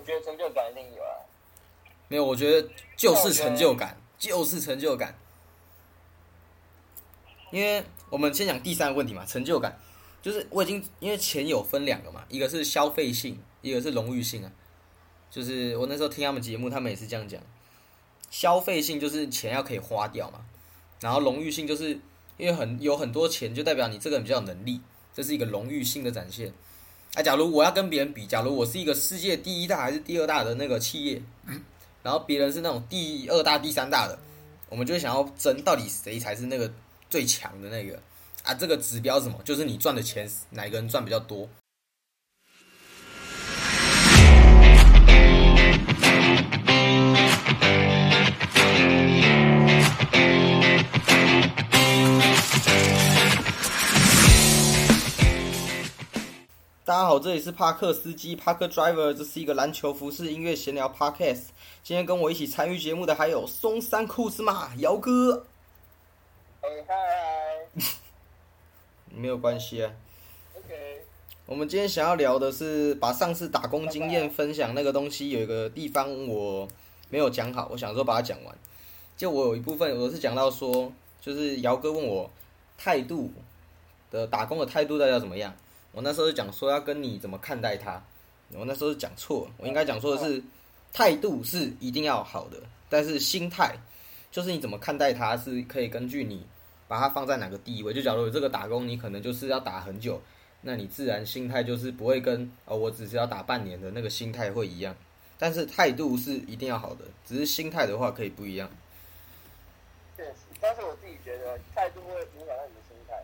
觉得成就感一定有啊。 没有，我觉得就是成就感，就是成就感。因为我们先讲第三个问题嘛，成就感，就是因为钱有分两个嘛，一个是消费性，一个是荣誉性啊。就是我那时候听他们节目，他们也是这样讲，消费性就是钱要可以花掉嘛，然后荣誉性就是因为有很多钱，就代表你这个人比较有能力，这是一个荣誉性的展现。假如我要跟别人比，假如我是一个世界第一大还是第二大的那个企业，然后别人是那种第二大、第三大的，我们就会想要争到底谁才是那个最强的那个啊？这个指标是什么？就是你赚的钱哪个人赚比较多。大家好，这里是帕克司机 Parker Driver， 这是一个篮球服饰音乐闲聊 Podcast。今天跟我一起参与节目的还有松山库斯马姚哥。 嗨， 没有关系啊。 OK。 我们今天想要聊的是把上次打工经验分享那个东西，有一个地方我没有讲好，我想说把它讲完。就我有一部分我是讲到说，就是姚哥问我态度的打工的态度大家怎么样。我那时候就讲说要跟你怎么看待它，我那时候讲错了，我应该讲说的是态度是一定要好的，但是心态就是你怎么看待它是可以根据你把它放在哪个地位。就假如有这个打工，你可能就是要打很久，那你自然心态就是不会跟我只是要打半年的那个心态会一样，但是态度是一定要好的，只是心态的话可以不一样。 确实，但是我自己觉得态度会影响到你的心态。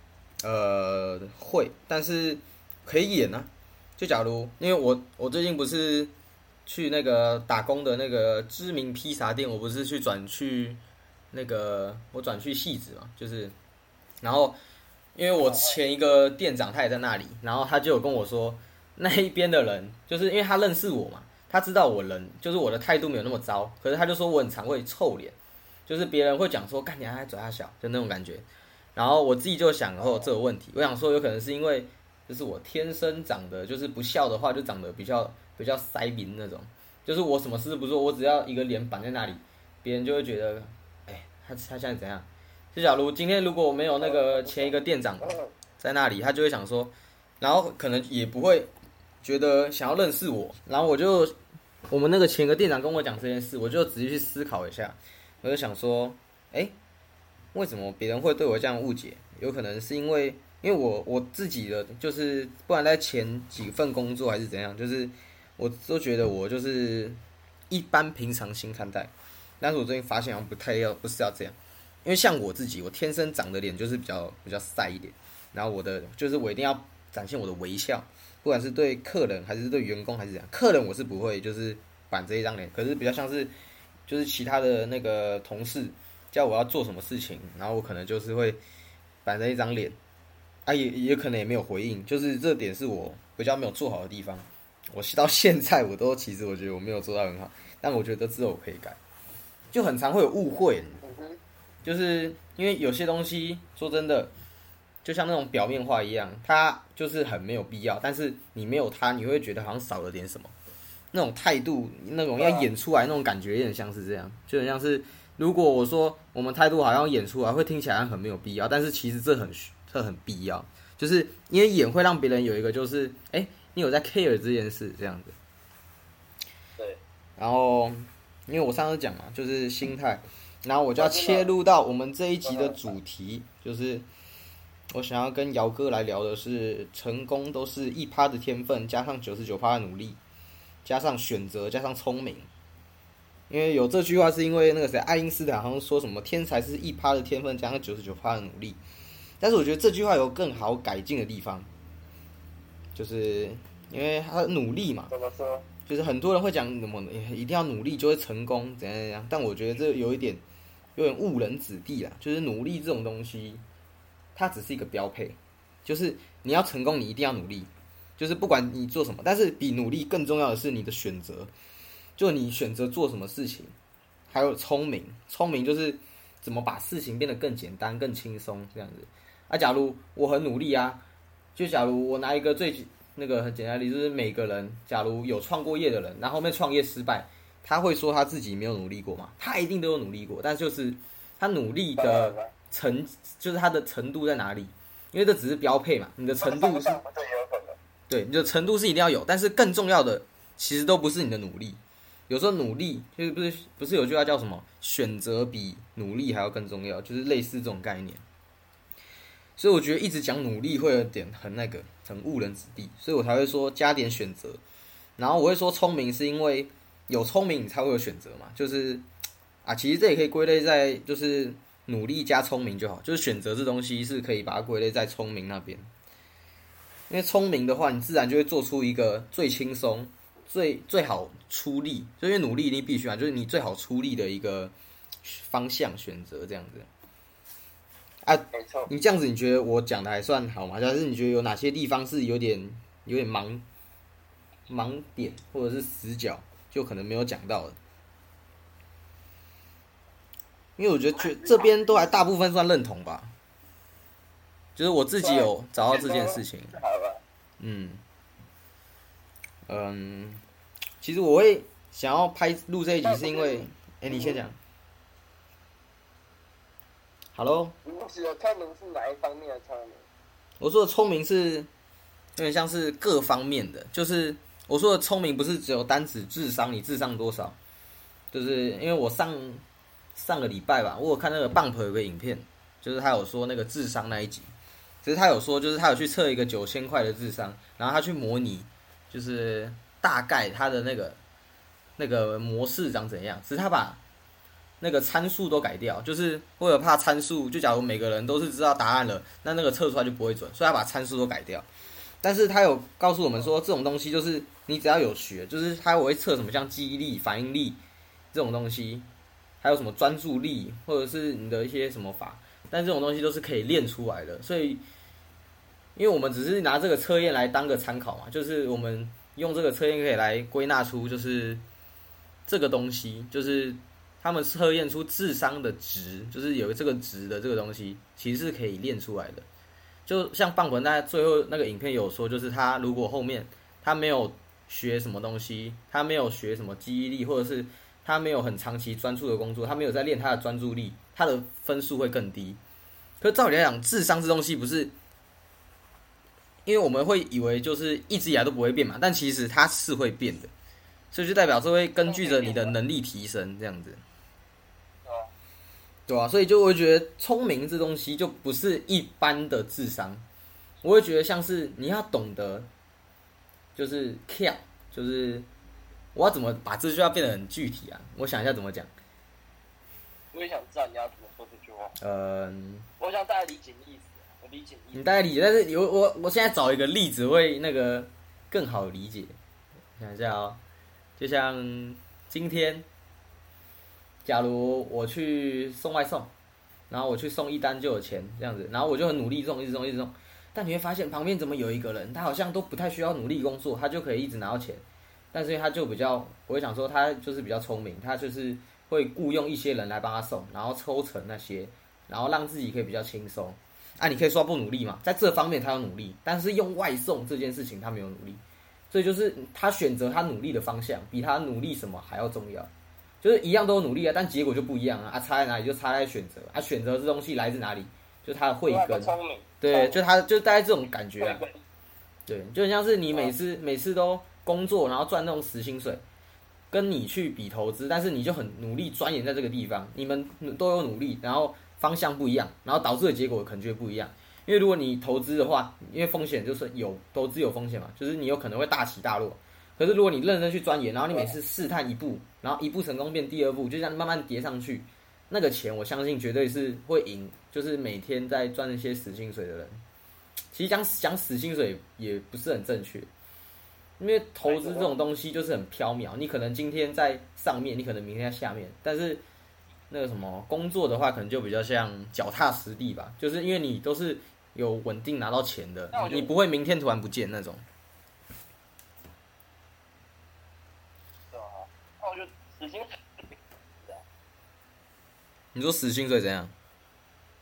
会，但是可以演啊。就假如因为我最近不是去那个打工的那个知名披萨店，我不是转去那个我转去汐止嘛，就是然后因为我前一个店长他也在那里，然后他就有跟我说，那一边的人就是因为他认识我嘛，他知道我人就是我的态度没有那么糟，可是他就说我很常会臭脸，就是别人会讲说干你还嘴他小，就那种感觉。然后我自己就想这个问题，我想说有可能是因为就是我天生长得就是不笑的话就长得比较塞明那种，就是我什么事不做，我只要一个脸板在那里，别人就会觉得他现在怎样。就假如今天如果我没有那个前一个店长在那里，他就会想说，然后可能也不会觉得想要认识我，然后我们那个前一个店长跟我讲这件事，我就仔细去思考一下，我就想说为什么别人会对我这样误解？有可能是因为我自己的就是不管在前几份工作还是怎样，就是我都觉得我就是一般平常心看待，但是我最近发现好像不是要这样。因为像我自己，我天生长的脸就是比较晒一点，然后就是我一定要展现我的微笑，不管是对客人还是对员工还是怎样。客人我是不会就是板着一张脸，可是比较像是就是其他的那个同事叫我要做什么事情，然后我可能就是会板着一张脸，也可能也没有回应，就是这点是我比较没有做好的地方。我到现在其实我觉得我没有做到很好，但我觉得之后我可以改，就很常会有误会。就是因为有些东西说真的，就像那种表面化一样，它就是很没有必要，但是你没有它，你会觉得好像少了点什么。那种态度，那种要演出来那种感觉，有点像是这样，就很像是如果我说我们态度好像演出来，会听起来很没有必要，但是其实这很必要，就是因为演会让别人有一个就是你有在 care 这件事这样子。 对。 然后因为我上次讲嘛，就是心态。然后我就要切入到我们这一集的主题，就是我想要跟姚哥来聊的是，成功都是1%的天分加上99%的努力，加上选择加上聪明。因为有这句话是因为那个谁爱因斯坦好像说什么天才是1%的天分加上99%的努力，但是我觉得这句话有更好改进的地方，就是因为他的努力嘛， 怎么说？ 就是很多人会讲什么一定要努力就会成功怎样怎样，但我觉得这有点误人子弟啦。就是努力这种东西，它只是一个标配，就是你要成功，你一定要努力，就是不管你做什么，但是比努力更重要的是你的选择，就你选择做什么事情，还有聪明。聪明就是怎么把事情变得更简单、更轻松这样子。假如我很努力啊，就假如我拿一个那个很简单的例子，就是每个人假如有创过业的人，然后后面创业失败，他会说他自己没有努力过嘛？他一定都有努力过，但就是他努力的就是他的程度在哪里？因为这只是标配嘛，你的程度是，对，你的程度是一定要有，但是更重要的其实都不是你的努力。有时候努力就是不是有句话叫什么？选择比努力还要更重要，就是类似这种概念。所以我觉得一直讲努力会有点很误人子弟，所以我才会说加点选择。然后我会说聪明是因为有聪明你才会有选择嘛，就是其实这也可以归类在就是努力加聪明就好，就是选择这东西是可以把它归类在聪明那边。因为聪明的话，你自然就会做出一个最轻松、最好出力，就因为努力你必须就是你最好出力的一个方向选择这样子。 没错。 你这样子，你觉得我讲的还算好吗？还是你觉得有哪些地方是有点盲点或者是死角，就可能没有讲到的？因为我觉得这边都还大部分算认同吧，就是我自己有找到这件事情。其实我会想要录这一集，是因为，你先讲。Hello。 你指的聪明是哪一方面的聪明？ 我说的聪明是有点像是各方面的，就是我说的聪明不是只有单指智商，你智商多少？就是因为我上个礼拜吧，我有看那个 Bump 有个影片，就是他有说那个智商那一集，只是他有说就是他有去测一个9000块的智商，然后他去模拟，就是大概他的那个模式长怎样，只是他把那个参数都改掉，就是为了怕参数，就假如每个人都是知道答案了，那个测出来就不会准，所以他把参数都改掉。但是他有告诉我们说，这种东西就是你只要有学，就是他会测什么像记忆力、反应力这种东西，还有什么专注力，或者是你的一些什么法，但这种东西都是可以练出来的。所以，因为我们只是拿这个测验来当个参考嘛，就是我们用这个测验可以来归纳出，就是这个东西，就是他们测验出智商的值，就是有这个值的这个东西，其实是可以练出来的。就像棒魂在最后那个影片有说，就是他如果后面他没有学什么东西，他没有学什么记忆力，或者是他没有很长期专注的工作，他没有在练他的专注力，他的分数会更低。可是照理来讲，智商这东西不是，因为我们会以为就是一直以来都不会变嘛，但其实它是会变的，所以就代表说会根据着你的能力提升这样子。对啊，所以就会觉得聪明这东西就不是一般的智商，我会觉得像是你要懂得，就是跳，就是我要怎么把这句话变得很具体啊？我想一下怎么讲。 我也想知道你要怎么说这句话。我想大概理解你意思，我理解你意思。 你大概理解，但是我现在找一个例子会更好理解。想一下哦，就像今天。假如我去送外送，然后我去送一单就有钱这样子，然后我就很努力送，一直送，但你会发现旁边怎么有一个人，他好像都不太需要努力工作，他就可以一直拿到钱，但是他就比较，我会想说他就是比较聪明，他就是会雇佣一些人来帮他送，然后抽成那些，然后让自己可以比较轻松。你可以说不努力嘛，在这方面他有努力，但是用外送这件事情他没有努力，所以就是他选择他努力的方向比他努力什么还要重要。就是一样都有努力啊，但结果就不一样啊！差在哪里？就差在选择啊！选择这东西来自哪里？就是他的慧根，对，就大概这种感觉啊。对，就很像是你每次都工作，然后赚那种死薪水，跟你去比投资，但是你就很努力钻研在这个地方，你们都有努力，然后方向不一样，然后导致的结果可能就会不一样。因为如果你投资的话，因为风险就是投资有风险嘛，就是你有可能会大起大落。可是如果你认真去钻研，然后你每次试探一步，然后一步成功变第二步，就这样慢慢叠上去，那个钱我相信绝对是会赢，就是每天在赚那些死薪水的人。其实讲死薪水也不是很正确，因为投资这种东西就是很缥缈，你可能今天在上面，你可能明天在下面，但是那个什么工作的话，可能就比较像脚踏实地吧，就是因为你都是有稳定拿到钱的，你不会明天突然不见那种。 死薪水， 你说死薪水怎样？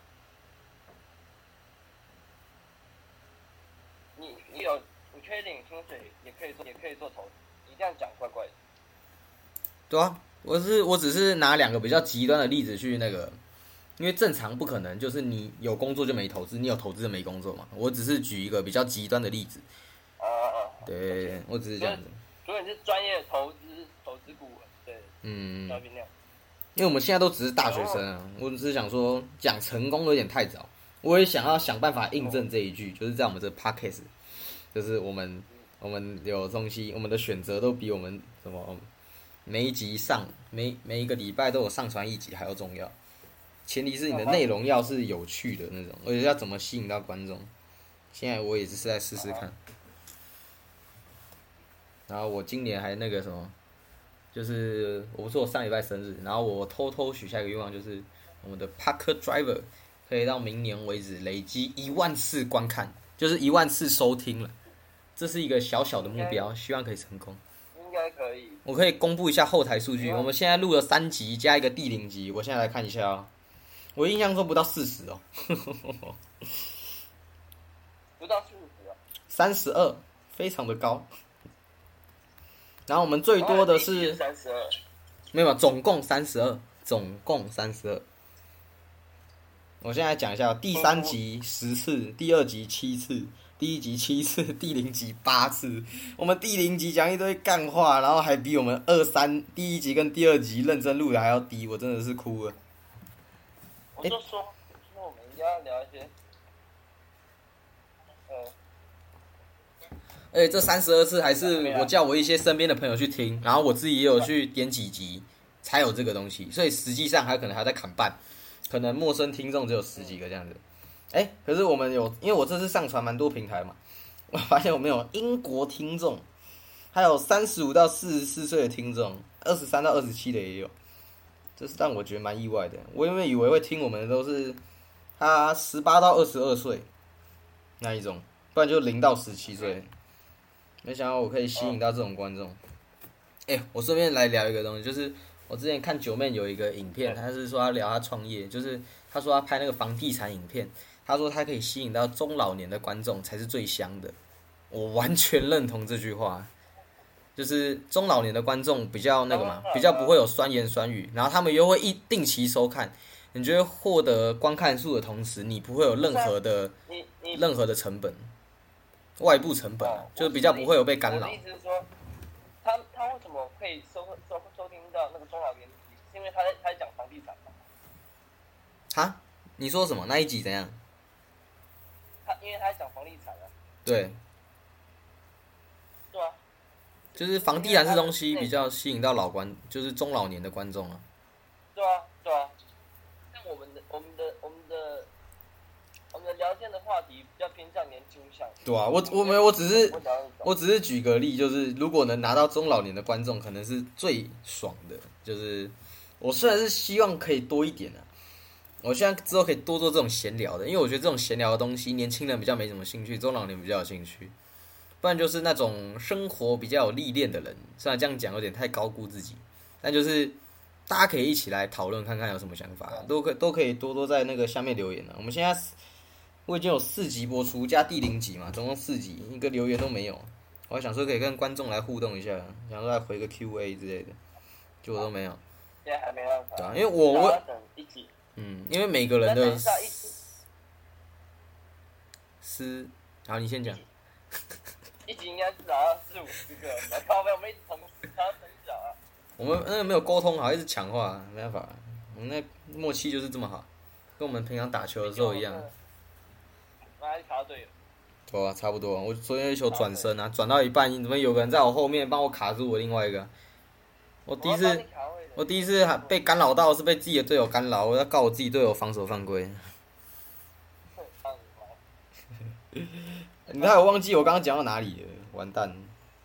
你确定对啊，我只是拿2个比较极端的例子去那个，因为正常不可能就是你有工作就没投资，你有投资就没工作嘛。我只是举一个比较极端的例子。对，我只是这样子。 如果你是专业的投资顾问，对， 因为我们现在都只是大学生啊，我只是想说讲成功有点太早，我也想要想办法印证这一句，就是在我们这 podcast， 就是我们有东西，我们的选择都比我们什么每一集每一个礼拜都有上传1集还要重要。前提是你的内容要是有趣的那种，而且要怎么吸引到观众。现在我也只是在试试看。然后我今年还那个什么，就是我不是我上礼拜生日，然后我偷偷许下一个愿望，就是我们的 Parker Driver 可以到明年为止累积1万次观看，就是1万次收听了。这是一个小小的目标，希望可以成功。 应该可以。 我可以公布一下后台数据，我们现在录了3集加一个第0集，我现在来看一下哦。我印象中不到40哦。 不到40哦。 32，非常的高。然后我们最多的是 32， 没有，总共32。我现在讲一下，第3集10次，第2集7次，第1集7次，第0集8次。我们第0集讲一堆干话，然后还比我们第1集跟第2集认真录的还要低，我真的是哭了。 我就说我们应该要聊一些， 而且这32次还是我叫我一些身边的朋友去听，然后我自己也有去点几集才有这个东西，所以实际上还可能还在砍半，可能陌生听众只有10几个这样子。可是我们有，因为我这次上传蛮多平台嘛，我发现我们有英国听众，还有35到44岁的听众，23到27的也有，这是让我觉得蛮意外的。我原本以为会听我们的都是他18到22岁那一种，不然就0到17岁。没想到我可以吸引到这种观众。我顺便来聊一个东西，就是我之前看九妹有一个影片，他是说他聊他创业，就是他说他拍那个房地产影片，他说他可以吸引到中老年的观众才是最香的。我完全认同这句话，就是中老年的观众比较那个嘛，比较不会有酸言酸语，然后他们又会定期收看，你就会获得观看数的同时，你不会有任何的成本。外部成本就比较不会有被干扰。 我的意思是说，他为什么可以收听到那个中老年？是因为他在讲房地产嘛？ 哈？你说什么？那一集怎样？ 因为他在讲房地产啊。 对。 对啊。 就是房地产这东西比较吸引到就是中老年的观众啊。 对啊。像我们的聊天的话题比较偏向年轻向。 对啊，我只是举个例，就是如果能拿到中老年的观众，可能是最爽的。就是我虽然是希望可以多一点啊，我希望之后可以多做这种闲聊的，因为我觉得这种闲聊的东西，年轻人比较没什么兴趣，中老年比较有兴趣。不然就是那种生活比较有历练的人，虽然这样讲有点太高估自己，但就是大家可以一起来讨论看看有什么想法，都可以多在那个下面留言啊。我们现在我已经有4集播出加第0集嘛，总共4集，一个留言都没有。我还想说可以跟观众来互动一下，想说来回个 Q&A 之类的，结果都没有。 现在还没办法。 对啊，因为我等1集。 因为每个人的好，你先讲。 1集应该至少要4-50个，靠背我们一直同时还要分享啊。 我们那个没有沟通好，一直抢话，没办法，我们那默契就是这么好，跟我们平常打球的时候一样。 还是卡到队友。 对啊，差不多。我昨天有一球转身啊，转到一半，怎么有个人在我后面帮我卡住我另外一个？我第一次还被干扰到，是被自己的队友干扰，我要告我自己队友防守犯规。你看我忘记我刚刚讲到哪里了，完蛋。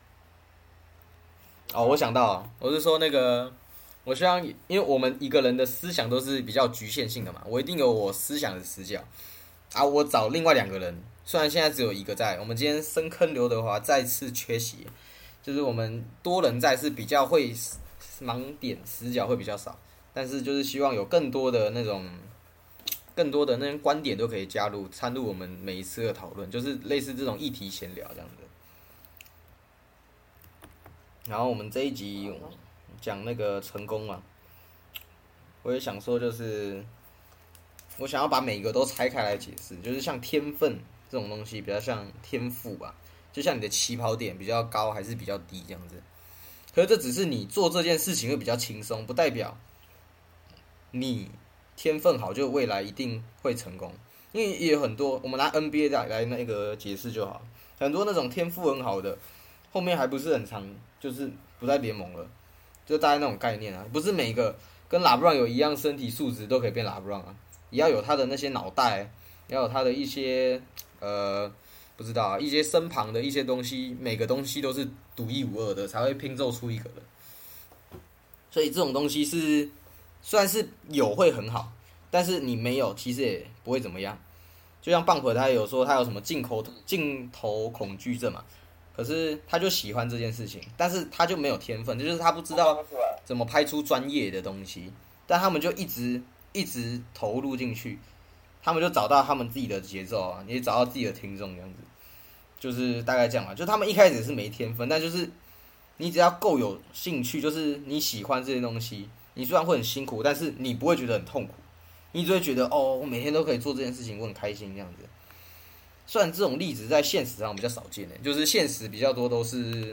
我想到了，我是说那个，我希望，因为我们一个人的思想都是比较局限性的嘛，我一定有我思想的死角。我找另外2个人，虽然现在只有1个在，我们今天深坑刘德华再次缺席，就是我们多人在是比较会盲点死角会比较少，但是就是希望有更多的那种观点都可以参入我们每一次的讨论，就是类似这种议题闲聊这样子。然后我们这一集讲那个成功嘛，我也想说，就是我想要把每个都拆开来解释，就是像天分这种东西，比较像天赋吧，就像你的起跑点比较高还是比较低这样子。可是这只是你做这件事情会比较轻松，不代表你天分好就未来一定会成功。因为也有很多，我们拿 NBA 来那个解释就好，很多那种天赋很好的，后面还不是很长，就是不在联盟了，就大概那种概念啊，不是每个跟拉布朗有一样身体素质都可以变拉布朗啊，也要有他的那些脑袋，要有他的一些不知道啊，一些身旁的一些东西，每个东西都是独一无二的，才会拼凑出一个的。所以这种东西是虽然是有会很好，但是你没有其实也不会怎么样。就像棒婆他有说他有什么镜头恐惧症嘛，可是他就喜欢这件事情，但是他就没有天分，就是他不知道怎么拍出专业的东西，但他们就一直投入进去，他们就找到他们自己的节奏啊，也找到自己的听众这样子，就是大概这样嘛。就他们一开始是没天分，但就是你只要够有兴趣，就是你喜欢这些东西，你虽然会很辛苦，但是你不会觉得很痛苦。你只会觉得哦，我每天都可以做这件事情，我很开心这样子。虽然这种例子在现实上比较少见就是现实比较多都是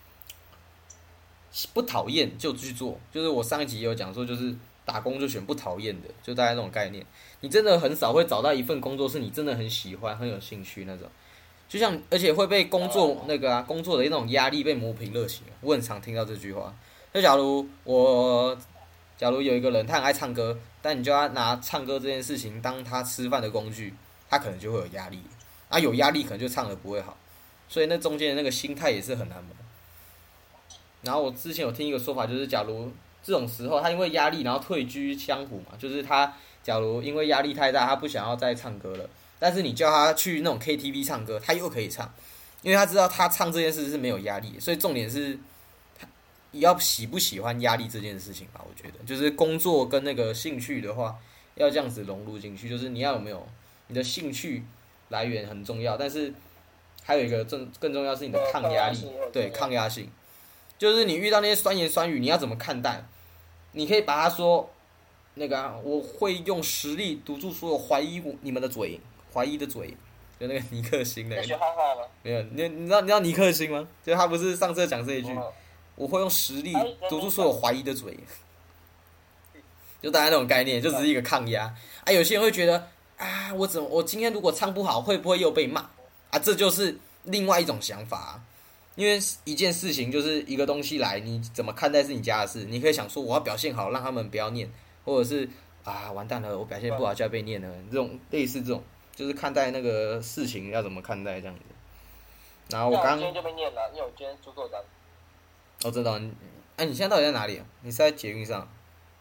不讨厌就去做。就是我上一集也有讲说，就是打工就选不讨厌的，就大概那种概念。你真的很少会找到一份工作是你真的很喜欢、很有兴趣那种。就像而且会被工作工作的那种压力被磨平热情。我很常听到这句话。就假如有一个人他很爱唱歌，但你就要拿唱歌这件事情当他吃饭的工具，他可能就会有压力啊，有压力可能就唱得不会好，所以那中间的那个心态也是很难磨。然后我之前有听一个说法，就是假如这种时候他因为压力然后退居江湖嘛，就是他假如因为压力太大，他不想要再唱歌了，但是你叫他去那种 KTV 唱歌，他又可以唱，因为他知道他唱这件事是没有压力的，所以重点是要喜不喜欢压力这件事情吧，我觉得就是工作跟那个兴趣的话，要这样子融入进去，就是你要有没有你的兴趣来源很重要，但是还有一个更重要是你的抗压力，对，抗压性，就是你遇到那些酸言酸语，你要怎么看待？你可以把它说那个我会用实力堵住所有怀疑你们的嘴，怀疑的嘴，就那个尼克星的。 你学画画吗？ 没有，你知道尼克星吗？就他不是上次讲这一句。我会用实力堵住所有怀疑的嘴，就大概那种概念，就只是一个抗压啊。有些人会觉得啊，我今天如果唱不好，会不会又被骂啊？这就是另外一种想法啊。因为一件事情就是一个东西来，你怎么看待是你家的事。你可以想说我要表现好，让他们不要念，或者是啊完蛋了，我表现不好就要被念了。这种类似这种，就是看待那个事情要怎么看待这样子。然后我今天就被念了，因为我今天出错单。 哦，真的、你现在到底在哪里啊？你是在捷运上？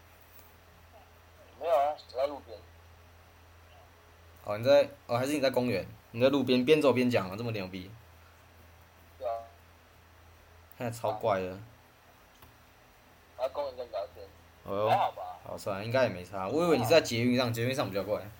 没有啊，我在路边。 哦，还是你在公园？你在路边边走边讲啊，这么牛逼？ 对啊。 现在超怪的。 在公园跟你聊天。 哦哟。 还好吧。 好，算了，应该也没差。我以为你是在捷运上，捷运上比较怪。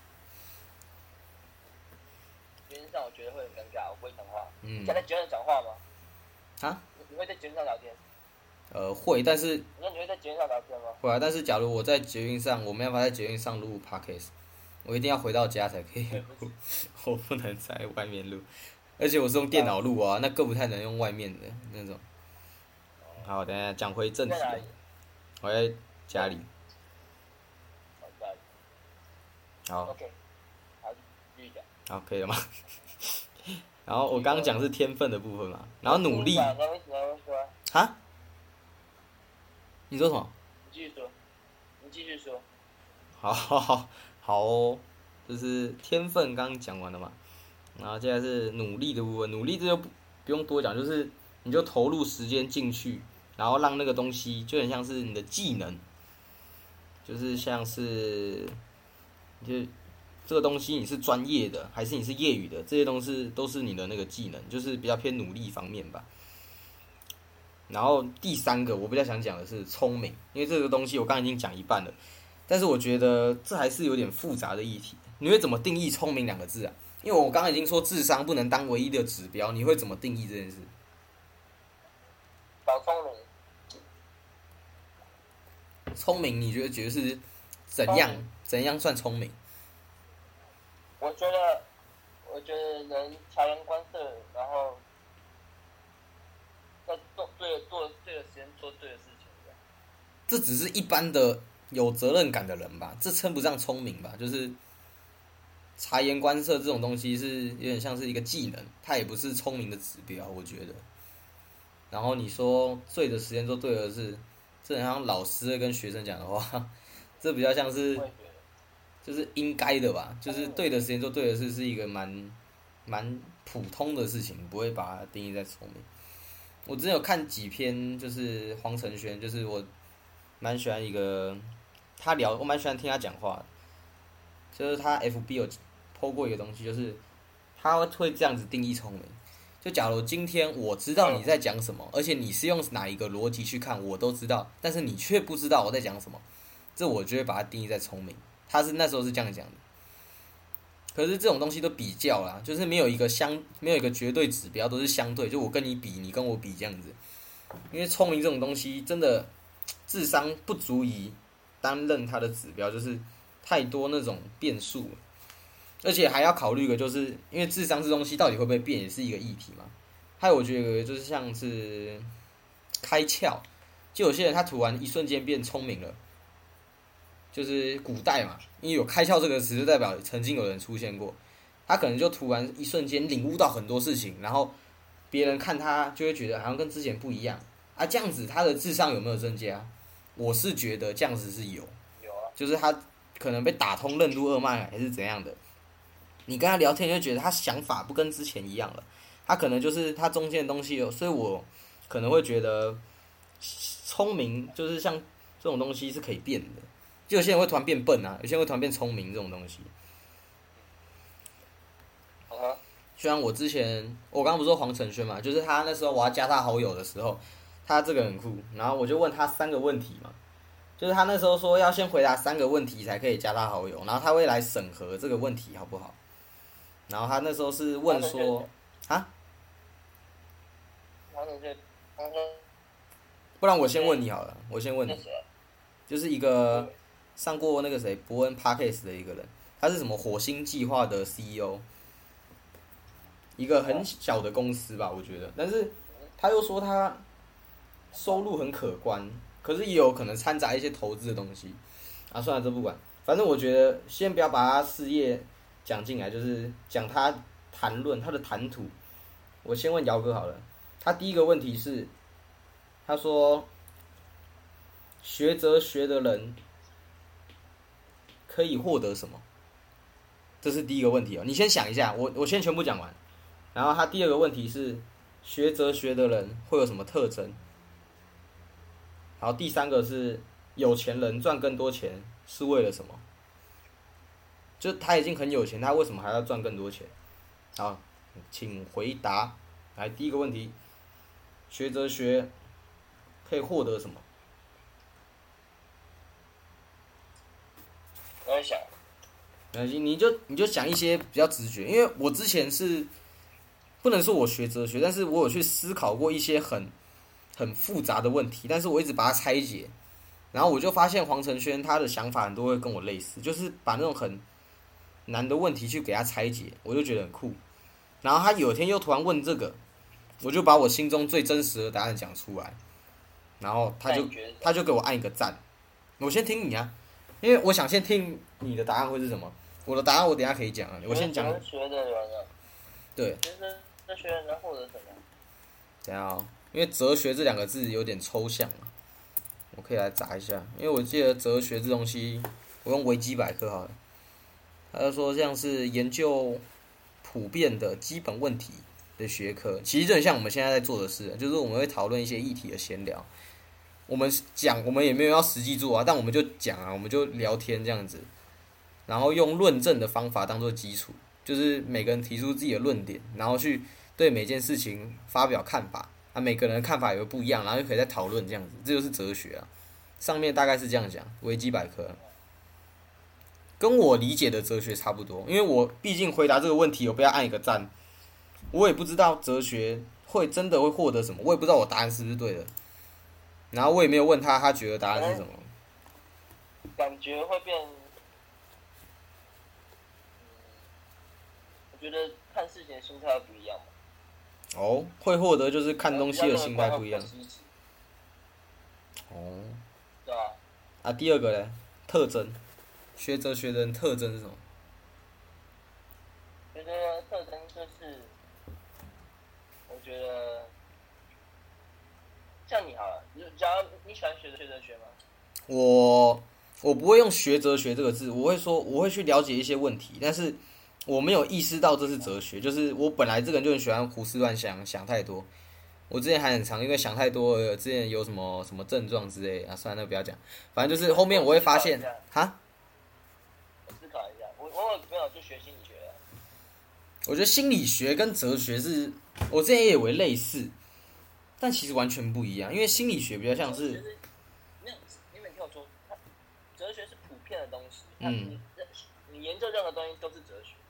捷运上我觉得会很尴尬，我不会讲话。你在捷运上讲话吗？ 啊？ 你会在捷运上聊天？ 会，但是。 那你会在捷运上聊天吗？ 会啊，但是假如我在捷运上，我没办法在捷运上录 podcast， 我一定要回到家才可以录，我不能在外面录，而且我是用电脑录啊，那更不太能用外面的那种。好，等一下讲回正题。我在家里。好。 OK。好，继续讲。 好，可以了吗？然后我刚刚讲是天分的部分嘛，然后努力。哈？你说什么？ 你继续说。 好哦，就是天分刚刚讲完了嘛，然后接下来是努力的部分。努力这就不用多讲，就是你就投入时间进去，然后让那个东西就很像是你的技能，就是像是就这个东西你是专业的还是你是业余的，这些东西都是你的那个技能，就是比较偏努力方面吧。然后第三个我比较想讲的是聪明，因为这个东西我刚刚已经讲一半了，但是我觉得这还是有点复杂的议题。你会怎么定义聪明两个字啊？因为我刚刚已经说智商不能当唯一的指标，你会怎么定义这件事？ 搞聪明。 聪明你觉得是怎样算聪明？ 我觉得能察言观色，然后在做对的时间做对的事情。 这只是一般的有责任感的人吧，这称不上聪明吧？就是察言观色这种东西是有点像是一个技能，它也不是聪明的指标，我觉得。然后你说对的时间做对的事，这很像老师跟学生讲的话，这比较像是就是应该的吧，就是对的时间做对的事是一个蛮普通的事情，不会把它定义在聪明。我之前有看几篇，就是黄承轩，就是我蛮喜欢一个我蛮喜欢听他讲话的，就是他 FB 有 po 过一个东西，就是他会这样子定义聪明。就假如今天我知道你在讲什么，而且你是用哪一个逻辑去看，我都知道，但是你却不知道我在讲什么，这我就会把它定义在聪明。他是那时候是这样讲的。可是这种东西都比较啦，就是没有一个绝对指标，都是相对，就我跟你比，你跟我比这样子。因为聪明这种东西，真的智商不足以担任它的指标，就是太多那种变数了。而且还要考虑一个，就是因为智商这东西到底会不会变，也是一个议题嘛。还有我觉得就是像是开窍，就有些人他突然一瞬间变聪明了，就是古代嘛，因为有开窍这个词，就代表曾经有人出现过，他可能就突然一瞬间领悟到很多事情，然后别人看他就会觉得好像跟之前不一样啊。这样子他的智商有没有增加？我是觉得这样子是有啊， 就是他可能被打通任督二脉还是怎样的。你跟他聊天，就觉得他想法不跟之前一样了，他可能就是他中间的东西有，所以我可能会觉得聪明就是像这种东西是可以变的，就有些人会突然变笨啊，有些人会突然变聪明这种东西。虽然我刚刚不是说黄承轩嘛，就是他那时候我要加他好友的时候，他这个很酷，然后我就问他3个问题嘛，就是他那时候说要先回答3个问题才可以加他好友，然后他会来审核这个问题好不好。然后他那时候是问说，不然我先问你好了，我先问你，就是一个上过那个伯恩 Podcast 的一个人，他是什么火星计划的 CEO， 一个很小的公司吧，我觉得，但是他又说他收入很可观，可是也有可能掺杂一些投资的东西啊，算了，这不管，反正我觉得先不要把他事业讲进来，就是讲他谈论他的谈吐。我先问姚哥好了，他第一个问题是，他说学哲学的人可以获得什么？这是第一个问题哦。你先想一下，我先全部讲完。然后他第二个问题是，学哲学的人会有什么特征？然后第三个是，有钱人赚更多钱是为了什么？就他已经很有钱，他为什么还要赚更多钱？好，请回答。来，第一个问题，学哲学可以获得什么？ 我在想， 你就想一些比较直觉，因为我之前是不能说我学哲学，但是我有去思考过一些很复杂的问题，但是我一直把它拆解，然后我就发现黄承轩他的想法很多会跟我类似，就是把那种很难的问题去给他拆解，我就觉得很酷。然后他有一天又突然问这个，我就把我心中最真实的答案讲出来，然后他就给我按一个赞。我先听你啊，因为我想先听你的答案会是什么。我的答案我等一下可以讲啊，我先讲。 哲学的人啊， 对， 哲学人获得什么？ 等一下哦，因为哲学这2个字有点抽象啊，我可以来查一下，因为我记得哲学这东西，我用维基百科好了。他就说像是研究普遍的基本问题的学科，其实就很像我们现在在做的事，就是我们会讨论一些议题的闲聊。我们也没有要实际做啊，但我们就讲啊，我们就聊天这样子，然后用论证的方法当做基础，就是每个人提出自己的论点，然后去对每件事情发表看法啊，每个人的看法也会不一样，然后就可以再讨论这样子，这就是哲学啊。上面大概是这样讲，维基百科。跟我理解的哲学差不多，因为我毕竟回答这个问题有被他按一个赞，我也不知道哲学真的会获得什么，我也不知道我答案是不是对的，然后我也没有问他觉得答案是什么， 感觉会变，我觉得看事情的心态不一样嘛。 哦，会获得就是看东西的心态不一样。哦。 对啊。 啊，第二个呢，特征，学哲学的人特征是什么？ 学哲的特征就是，我觉得像你好了，假如你喜欢学哲学吗？ 我不会用学哲学这个字，我会说我会去了解一些问题，但是我没有意识到这是哲学，就是我本来这个人就很喜欢胡思乱想，想太多。我之前还很常因为想太多了，之前有什么症状之类啊，算了，那不要讲。反正就是后面我会发现，哈。 我思考一下，我有没有去学心理学啊？ 我觉得心理学跟哲学是，我之前也以为类似，但其实完全不一样，因为心理学比较像是， 你没听我说，哲学是普遍的东西，你研究任何东西都是哲学，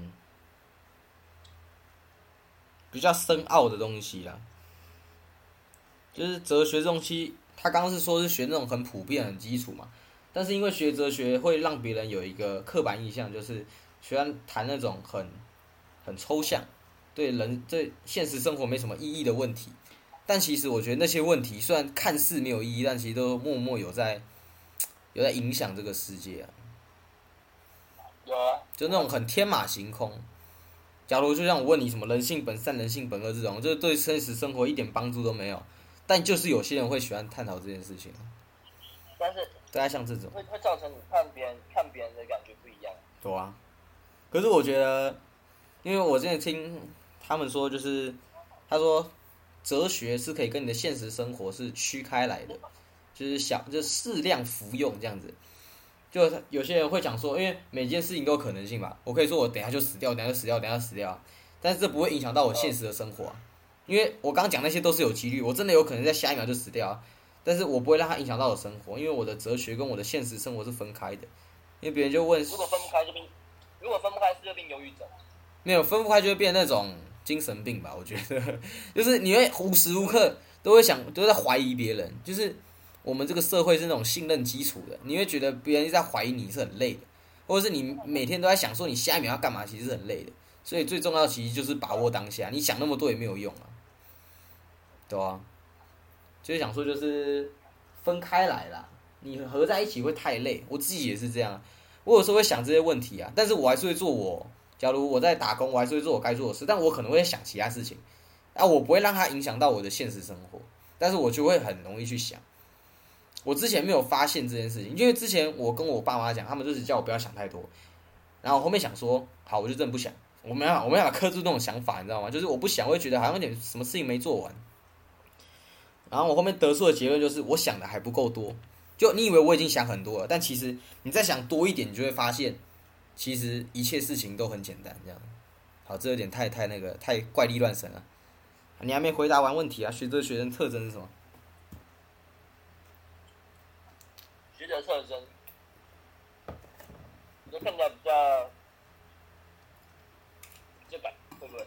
比较深奥的东西啦。就是哲学这东西，他刚刚是说是学那种很普遍、很基础嘛，但是因为学哲学会让别人有一个刻板印象，就是喜欢谈那种很抽象，对现实生活没什么意义的问题。但其实我觉得那些问题虽然看似没有意义，但其实都默默有在影响这个世界啊。 有啊， 就那种很天马行空。假如就像我问你什么人性本善、人性本恶这种，就是对现实生活一点帮助都没有。但就是有些人会喜欢探讨这件事情， 但是大概像这种会造成你看别人的感觉不一样。 对啊，可是我觉得，因为我之前听他们说，就是他说哲学是可以跟你的现实生活是区开来的，就是适量服用这样子。就有些人会讲说，因为每件事情都有可能性嘛，我可以说我等一下就死掉，等一下就死掉，等一下就死掉，但是这不会影响到我现实的生活啊。因为我刚刚讲那些都是有几率，我真的有可能在下一秒就死掉啊，但是我不会让它影响到我生活，因为我的哲学跟我的现实生活是分开的。因为别人就问， 如果分不开是就变忧郁症。 没有分不开就会变那种精神病吧？我觉得，就是你会无时无刻都在怀疑别人，就是我们这个社会是那种信任基础的，你会觉得别人在怀疑你是很累的，或者是你每天都在想说你下一秒要干嘛，其实是很累的。所以最重要的其实就是把握当下，你想那么多也没有用啊。对啊，就是想说，就是分开来啦，你合在一起会太累。我自己也是这样，我有时候会想这些问题啊，但是我还是会做假如我在打工，我还是会做我该做的事，但我可能会想其他事情，我不会让它影响到我的现实生活，但是我就会很容易去想。我之前没有发现这件事情，因为之前我跟我爸妈讲，他们就是叫我不要想太多，然后我后面想说，好，我就真的不想，我没办法克制那种想法，你知道吗？就是我不想，我会觉得好像有点什么事情没做完。然后我后面得出的结论就是，我想的还不够多。就你以为我已经想很多了，但其实你再想多一点，你就会发现，其实一切事情都很简单。这样，好，这有点太怪力乱神了。你还没回答完问题啊？学哲学生特征是什么？ 学者特征，就看起来比较感，会不会？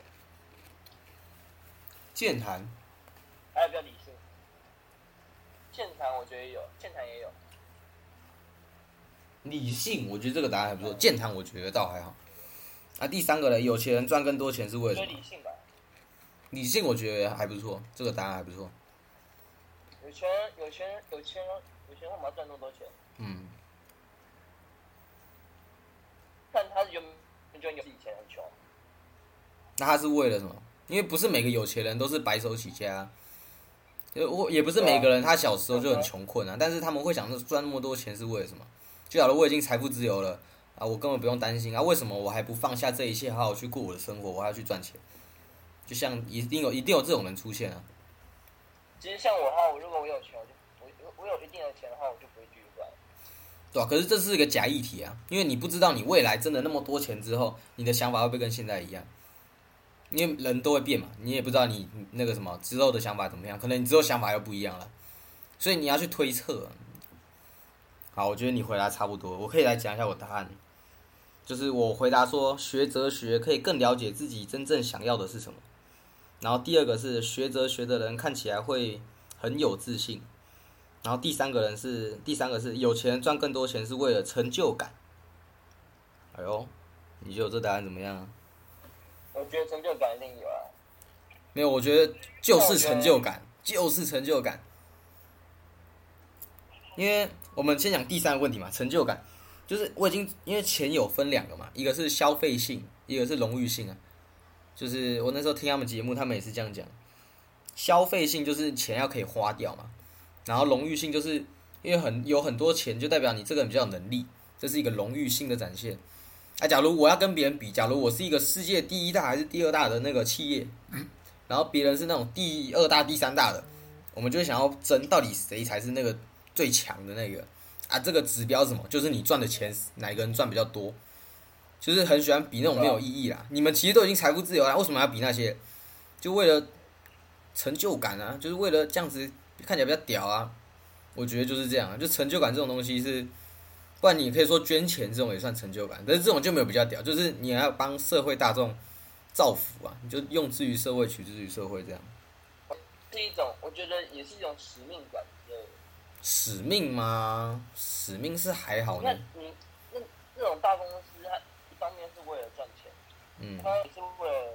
健谈。 还有比较理性。健谈我觉得有，健谈也有。 理性，我觉得这个答案还不错。健谈我觉得倒还好。啊，第三个呢？有钱人赚更多钱是为什么？ 理性吧。 理性我觉得还不错，这个答案还不错。 有钱干嘛赚那么多钱？但他原本就以前很穷。 那他是为了什么？因为不是每个有钱人都是白手起家，也不是每个人他小时候就很穷困啊。但是他们会想说赚那么多钱是为了什么？就假如我已经财富自由了啊，我根本不用担心啊，为什么我还不放下这一切，好好去过我的生活？我还要去赚钱？就像一定有这种人出现啊。 其实像我的话，如果我有钱，我有一定的钱的话，我就不会继续赚。 对啊，可是这是一个假议题啊，因为你不知道你未来真的那么多钱之后，你的想法会不会跟现在一样？因为人都会变嘛，你也不知道你那个什么之后的想法怎么样，可能你之后想法又不一样了，所以你要去推测。好，我觉得你回答差不多，我可以来讲一下我答案。就是我回答说，学哲学可以更了解自己真正想要的是什么。然后第二个是学哲学的人看起来会很有自信。 然后第三个是有钱人赚更多钱是为了成就感。哎呦，你觉得这答案怎么样啊？ 我觉得成就感一定有啊。 没有，我觉得就是成就感，就是成就感。因为我们先讲第三个问题嘛，成就感，就是因为钱有分两个嘛，一个是消费性，一个是荣誉性啊。就是我那时候听他们节目，他们也是这样讲，消费性就是钱要可以花掉嘛，然后荣誉性就是因为有很多钱，就代表你这个人比较有能力，这是一个荣誉性的展现。啊，假如我要跟别人比，假如我是一个世界第一大还是第二大的那个企业，然后别人是那种第二大、第三大的，我们就会想要争到底谁才是那个最强的那个啊。这个指标是什么？就是你赚的钱哪一个人赚比较多，就是很喜欢比那种没有意义啦。你们其实都已经财富自由了，为什么要比那些？就为了成就感啊，就是为了这样子看起来比较屌啊。我觉得就是这样啊，就成就感这种东西是。不然你可以说捐钱这种也算成就感，但是这种就没有比较屌，就是你还要帮社会大众造福啊，你就用之于社会，取之于社会这样。 是一种，我觉得也是一种使命感之类的。 使命吗？使命是还好呢。 那种大公司，它一方面是为了赚钱，它也是为了，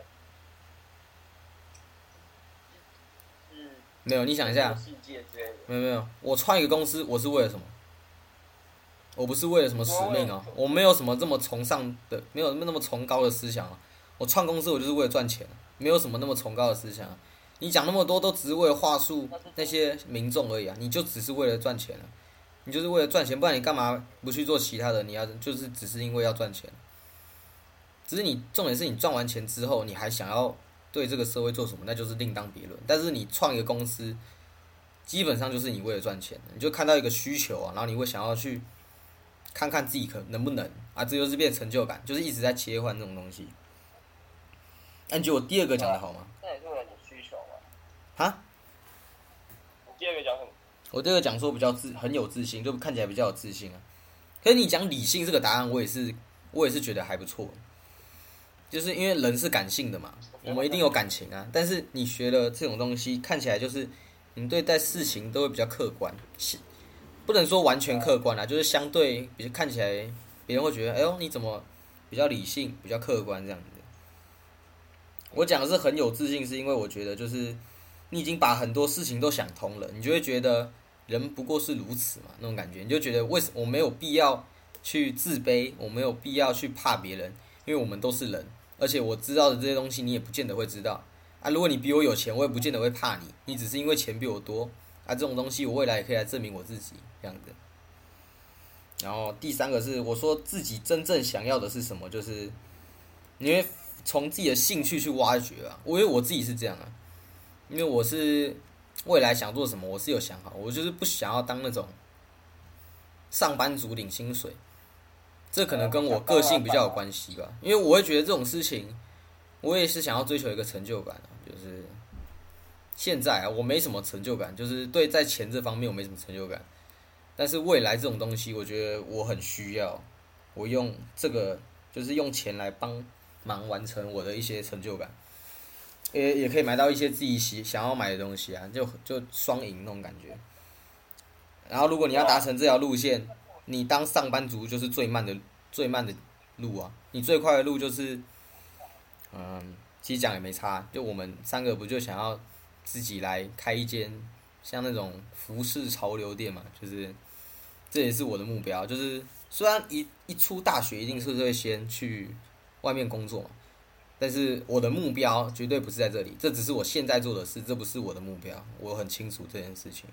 没有，你想一下， 世界之类的。 没有，我创一个公司，我是为了什么？我不是为了什么使命哦，我没有什么这么崇尚的，没有那么崇高的思想啊。我创公司，我就是为了赚钱，没有什么那么崇高的思想啊。你讲那么多，都只是为了话术那些民众而已啊。你就只是为了赚钱啊，你就是为了赚钱，不然你干嘛不去做其他的？你要就是只是因为要赚钱。只是你重点是你赚完钱之后，你还想要对这个社会做什么，那就是另当别论。但是你创一个公司，基本上就是你为了赚钱，你就看到一个需求啊，然后你会想要去。看看自己能不能啊，这就是变成就感，就是一直在切换这种东西。那你觉得我第二个讲的好吗？ 那也是为了你需求嘛。 哈？ 第二个讲什么？ 我第二个讲说很有自信，就看起来比较有自信啊。可是你讲理性这个答案，我也是觉得还不错。就是因为人是感性的嘛，我们一定有感情啊。但是你学了这种东西，看起来就是你对待事情都会比较客观。不能说完全客观啦，就是相对比看起来，别人会觉得，哎呦，你怎么比较理性、比较客观这样子？我讲的是很有自信，是因为我觉得就是你已经把很多事情都想通了，你就会觉得人不过是如此嘛，那种感觉，你就觉得为什么我没有必要去自卑，我没有必要去怕别人，因为我们都是人，而且我知道的这些东西你也不见得会知道啊。如果你比我有钱，我也不见得会怕你，你只是因为钱比我多啊。这种东西我未来也可以来证明我自己。这样子，然后第三个是我说自己真正想要的是什么，就是你会从自己的兴趣去挖掘啊。因为我自己是这样啊，因为我是未来想做什么，我是有想好，我就是不想要当那种上班族领薪水，这可能跟我个性比较有关系吧。因为我会觉得这种事情，我也是想要追求一个成就感啊，就是现在啊，我没什么成就感，就是对在钱这方面我没什么成就感。但是未来这种东西，我觉得我很需要，我用这个就是用钱来帮忙完成我的一些成就感，也可以买到一些自己想要买的东西啊，就双赢那种感觉。然后如果你要达成这条路线，你当上班族就是最慢的路啊，你最快的路就是，其实讲也没差，就我们三个不就想要自己来开一间像那种服饰潮流店嘛，就是。这也是我的目标，就是虽然一出大学一定是会先去外面工作嘛，但是我的目标绝对不是在这里，这只是我现在做的事，这不是我的目标，我很清楚这件事情。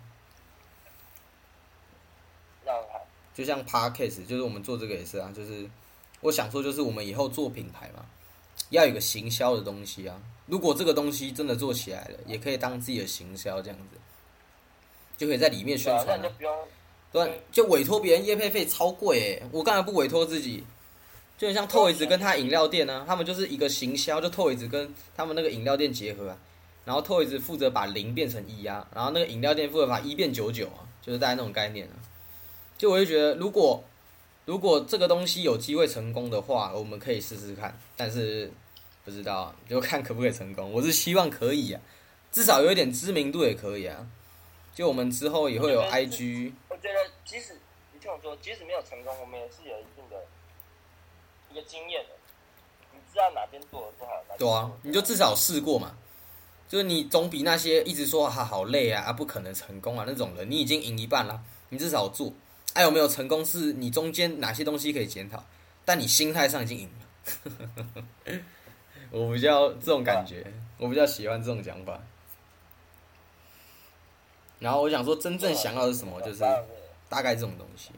就像 Podcast， 就是我们做这个也是啊，就是我想说，就是我们以后做品牌嘛，要有一个行销的东西啊。如果这个东西真的做起来了，也可以当自己的行销这样子，就可以在里面宣传啊。对，就委托别人业配费超贵诶，我干嘛不委托自己？就很像 Toys 跟他饮料店啊，他们就是一个行销，就 Toys 跟他们那个饮料店结合啊，然后 Toys 负责把0变成1啊，然后那个饮料店负责把1变99啊，就是大概那种概念啊。就我就觉得，如果这个东西有机会成功的话，我们可以试试看，但是不知道，就看可不可以成功。我是希望可以啊，至少有一点知名度也可以啊。 就我们之后也会有 IG。 我觉得即使你听我说，即使没有成功，我们也是有一定的一个经验的。你知道哪边做的不好， 对啊，你就至少试过嘛。就是你总比那些一直说好累啊不可能成功啊那种人，你已经赢一半了，你至少做。有没有成功是你中间哪些东西可以检讨，但你心态上已经赢了。我比较这种感觉，我比较喜欢这种讲法。然后我想说，真正想要的是什么，就是大概这种东西。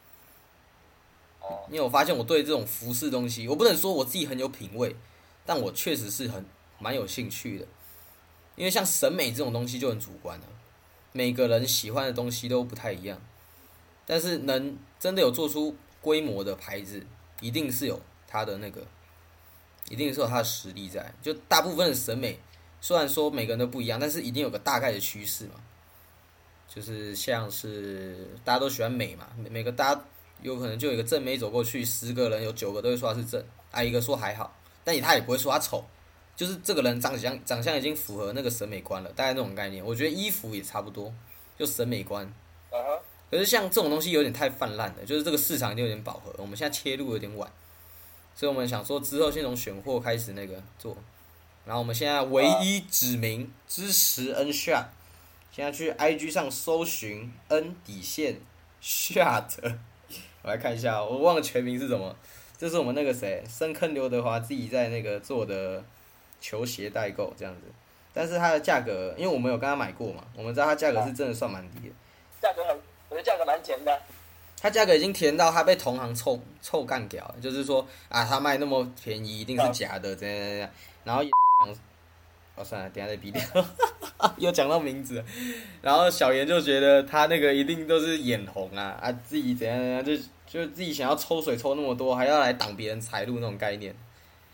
因为我发现我对这种服饰东西，我不能说我自己很有品味，但我确实是蛮有兴趣的。因为像审美这种东西就很主观了，每个人喜欢的东西都不太一样。但是能真的有做出规模的牌子，一定是有它的一定是有它的实力在。就大部分的审美，虽然说每个人都不一样，但是一定有个大概的趋势嘛。就是像是大家都喜欢美嘛，每个大家有可能就有一个正妹走过去，10个人有9个都会说他是正，一个说还好，但他也不会说他丑。就是这个人长相已经符合那个审美观了，大概那种概念。我觉得衣服也差不多，就审美观。可是像这种东西有点太泛滥了，就是这个市场已经有点饱和，我们现在切入有点晚，所以我们想说之后先从选货开始做。然后我们现在唯一指名支持 N Shot， 现在去 IG 上搜寻 N 底线 Shot， 我来看一下，我忘了全名是什么。这是我们那个谁深坑刘德华自己在做的球鞋代购这样子，但是它的价格，因为我们有跟他买过嘛，我们知道它价格是真的算蛮低的。 我觉得价格蛮甜的。 它价格已经甜到它被同行臭干掉，就是说他卖那么便宜一定是假的，这样。然后算了，等一下再逼掉，又讲到名字。然后小严就觉得他那个一定都是眼红自己怎样就自己想要抽水抽那么多，还要来挡别人财路那种概念。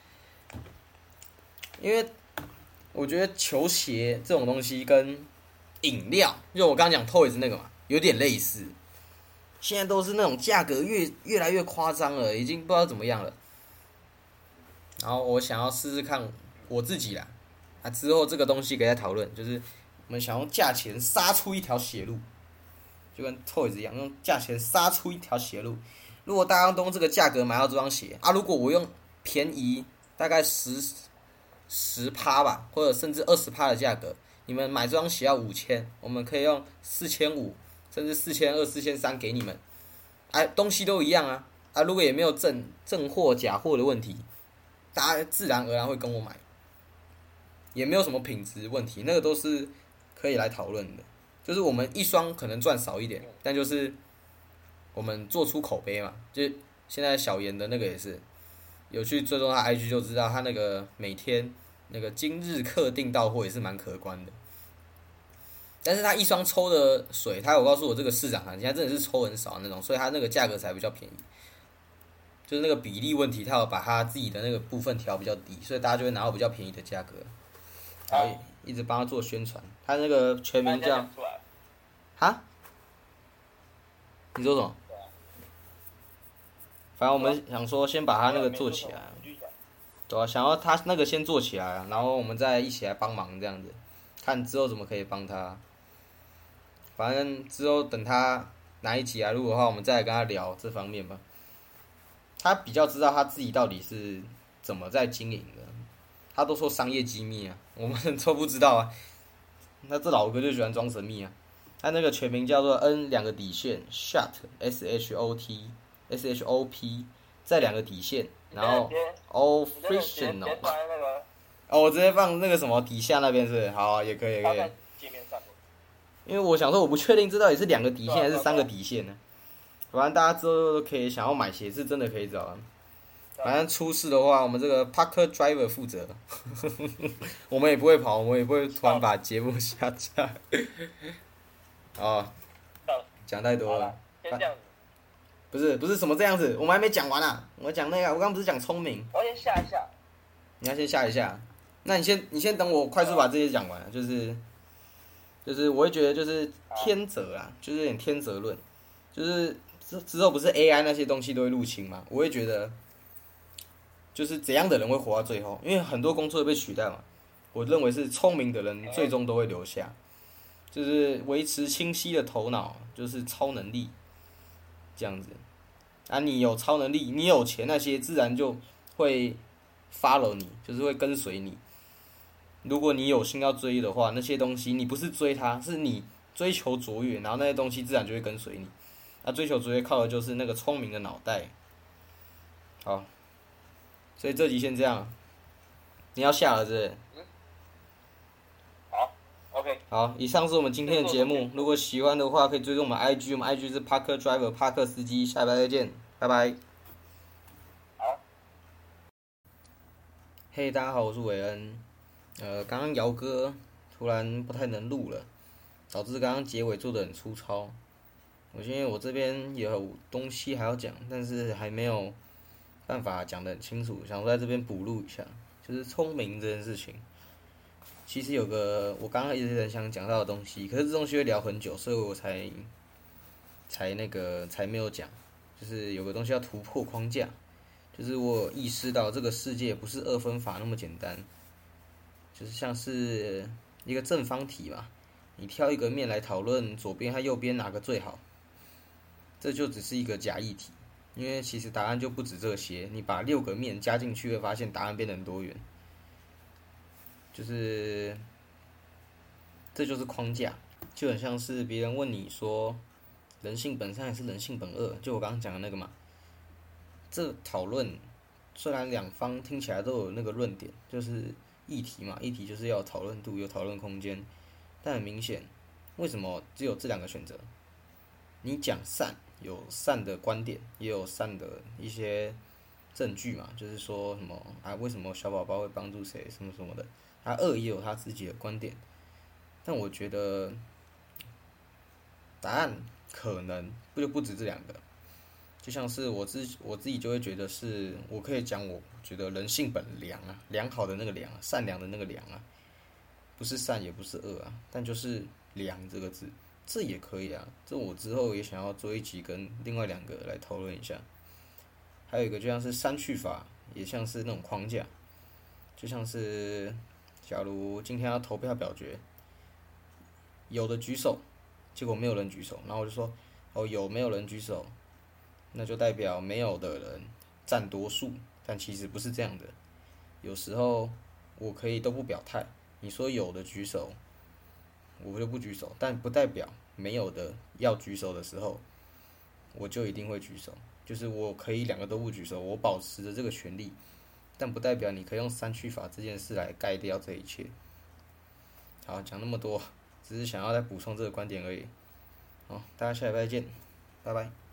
因为我觉得球鞋这种东西跟饮料，就我刚刚讲 Toys 那个嘛，有点类似。现在都是那种价格越来越夸张了，已经不知道怎么样了。然后我想要试试看我自己啦，之后这个东西可以再讨论，就是我们想用价钱杀出一条血路，就跟 Toys 一样，用价钱杀出一条血路。如果大家都用这个价格买到这双鞋如果我用便宜大概10%吧，或者甚至20%的价格，你们买这双鞋要5000，我们可以用4500，甚至4200、4300给你们。东西都一样如果也没有正货假货的问题，大家自然而然会跟我买，也没有什么品质问题，那个都是可以来讨论的。就是我们一双可能赚少一点，但就是我们做出口碑嘛。就现在小严的那个也是，有去追踪他 IG 就知道，他那个每天那个今日客订到货也是蛮可观的。但是他一双抽的水，他有告诉我这个市场行情，他真的是抽很少那种，所以他那个价格才比较便宜。就是那个比例问题，他有把他自己的那个部分调比较低，所以大家就会拿到比较便宜的价格。然后一直帮他做宣传，他那个全名叫你说什么？反正我们想说先把他那个做起来，对想要他那个先做起来，然后我们再一起来帮忙这样子，看之后怎么可以帮他。反正之后等他哪一集录的话，我们再来跟他聊这方面吧。他比较知道他自己到底是怎么在经营的，他都说商业机密我们都不知道那这老哥就喜欢装神秘他那个全名叫做 N 2个底线 Shot SHOP 再2个底线，然后 Official 我直接放那个什么底下那边是好也可以。因为我想说我不确定这到底是2个底线还是3个底线呢。反正大家之后都可以想要买鞋是真的可以找反正出事的话，我们这个 Parker Driver 负责。我们也不会跑，我们也不会突然把节目下架。讲太多了。 先这样子。 不是什么这样子，我们还没讲完我讲那个，我刚不是讲聪明。 我先下一下。 你要先下一下，那你先等我快速把这些讲完，就是我会觉得就是天择就是有点天择论，就是之后不是 AI 那些东西都会入侵嘛，我会觉得就是怎样的人会活到最后，因为很多工作会被取代嘛，我认为是聪明的人最终都会留下。 就是维持清晰的头脑，就是超能力这样子。啊，你有超能力，你有钱，那些自然就会 follow 你，就是会跟随你。如果你有心要追的话，那些东西你不是追它，是你追求卓越，然后那些东西自然就会跟随你。那追求卓越靠的就是那个聪明的脑袋。好，所以这集先这样。你要下了是不是？ 好，OK。 好，以上是我们今天的节目。如果喜欢的话，可以追踪我们 IG， 我们 IG 是 Parker Driver 帕克司机。下礼拜再见，拜拜。 好。 嘿，大家好，我是韦恩。刚刚姚哥突然不太能录了，导致刚刚结尾做的很粗糙。因为我这边有东西还要讲，但是还没有办法讲得很清楚，想说在这边补录一下，就是聪明这件事情。其实有个我刚刚一直很想讲到的东西，可是这东西会聊很久，所以我才没有讲。就是有个东西要突破框架，就是我意识到这个世界不是二分法那么简单，就是像是一个正方体嘛，你挑一个面来讨论左边和右边哪个最好，这就只是一个假议题，因为其实答案就不止这些，你把6个面加进去，会发现答案变得很多元。就是这就是框架，就很像是别人问你说人性本善还是人性本恶，就我刚刚讲的那个嘛。这讨论虽然两方听起来都有那个论点，就是议题嘛，议题就是要有讨论度，有讨论空间，但很明显，为什么只有这2个选择？你讲善，有善的观点，也有善的一些证据嘛，就是说什么啊，为什么小宝宝会帮助谁，什么什么的。他恶也有他自己的观点，但我觉得答案可能不止这2个。就像是我自己就会觉得是，我可以讲我觉得人性本良啊，良好的那个良啊，善良的那个良啊，不是善也不是恶啊，但就是良这个字，这也可以啊。这我之后也想要做一集跟另外2个来讨论一下。还有一个就像是删去法，也像是那种框架，就像是假如今天要投票表决，有的举手，结果没有人举手，然后我就说，哦，没有人举手，那就代表没有的人占多数，但其实不是这样的。有时候我可以都不表态，你说有的举手，我就不举手，但不代表没有的要举手的时候，我就一定会举手。就是我可以2个都不举手，我保持着这个权利，但不代表你可以用删去法这件事来盖掉这一切。好，讲那么多，只是想要再补充这个观点而已。好，大家下礼拜见，拜拜。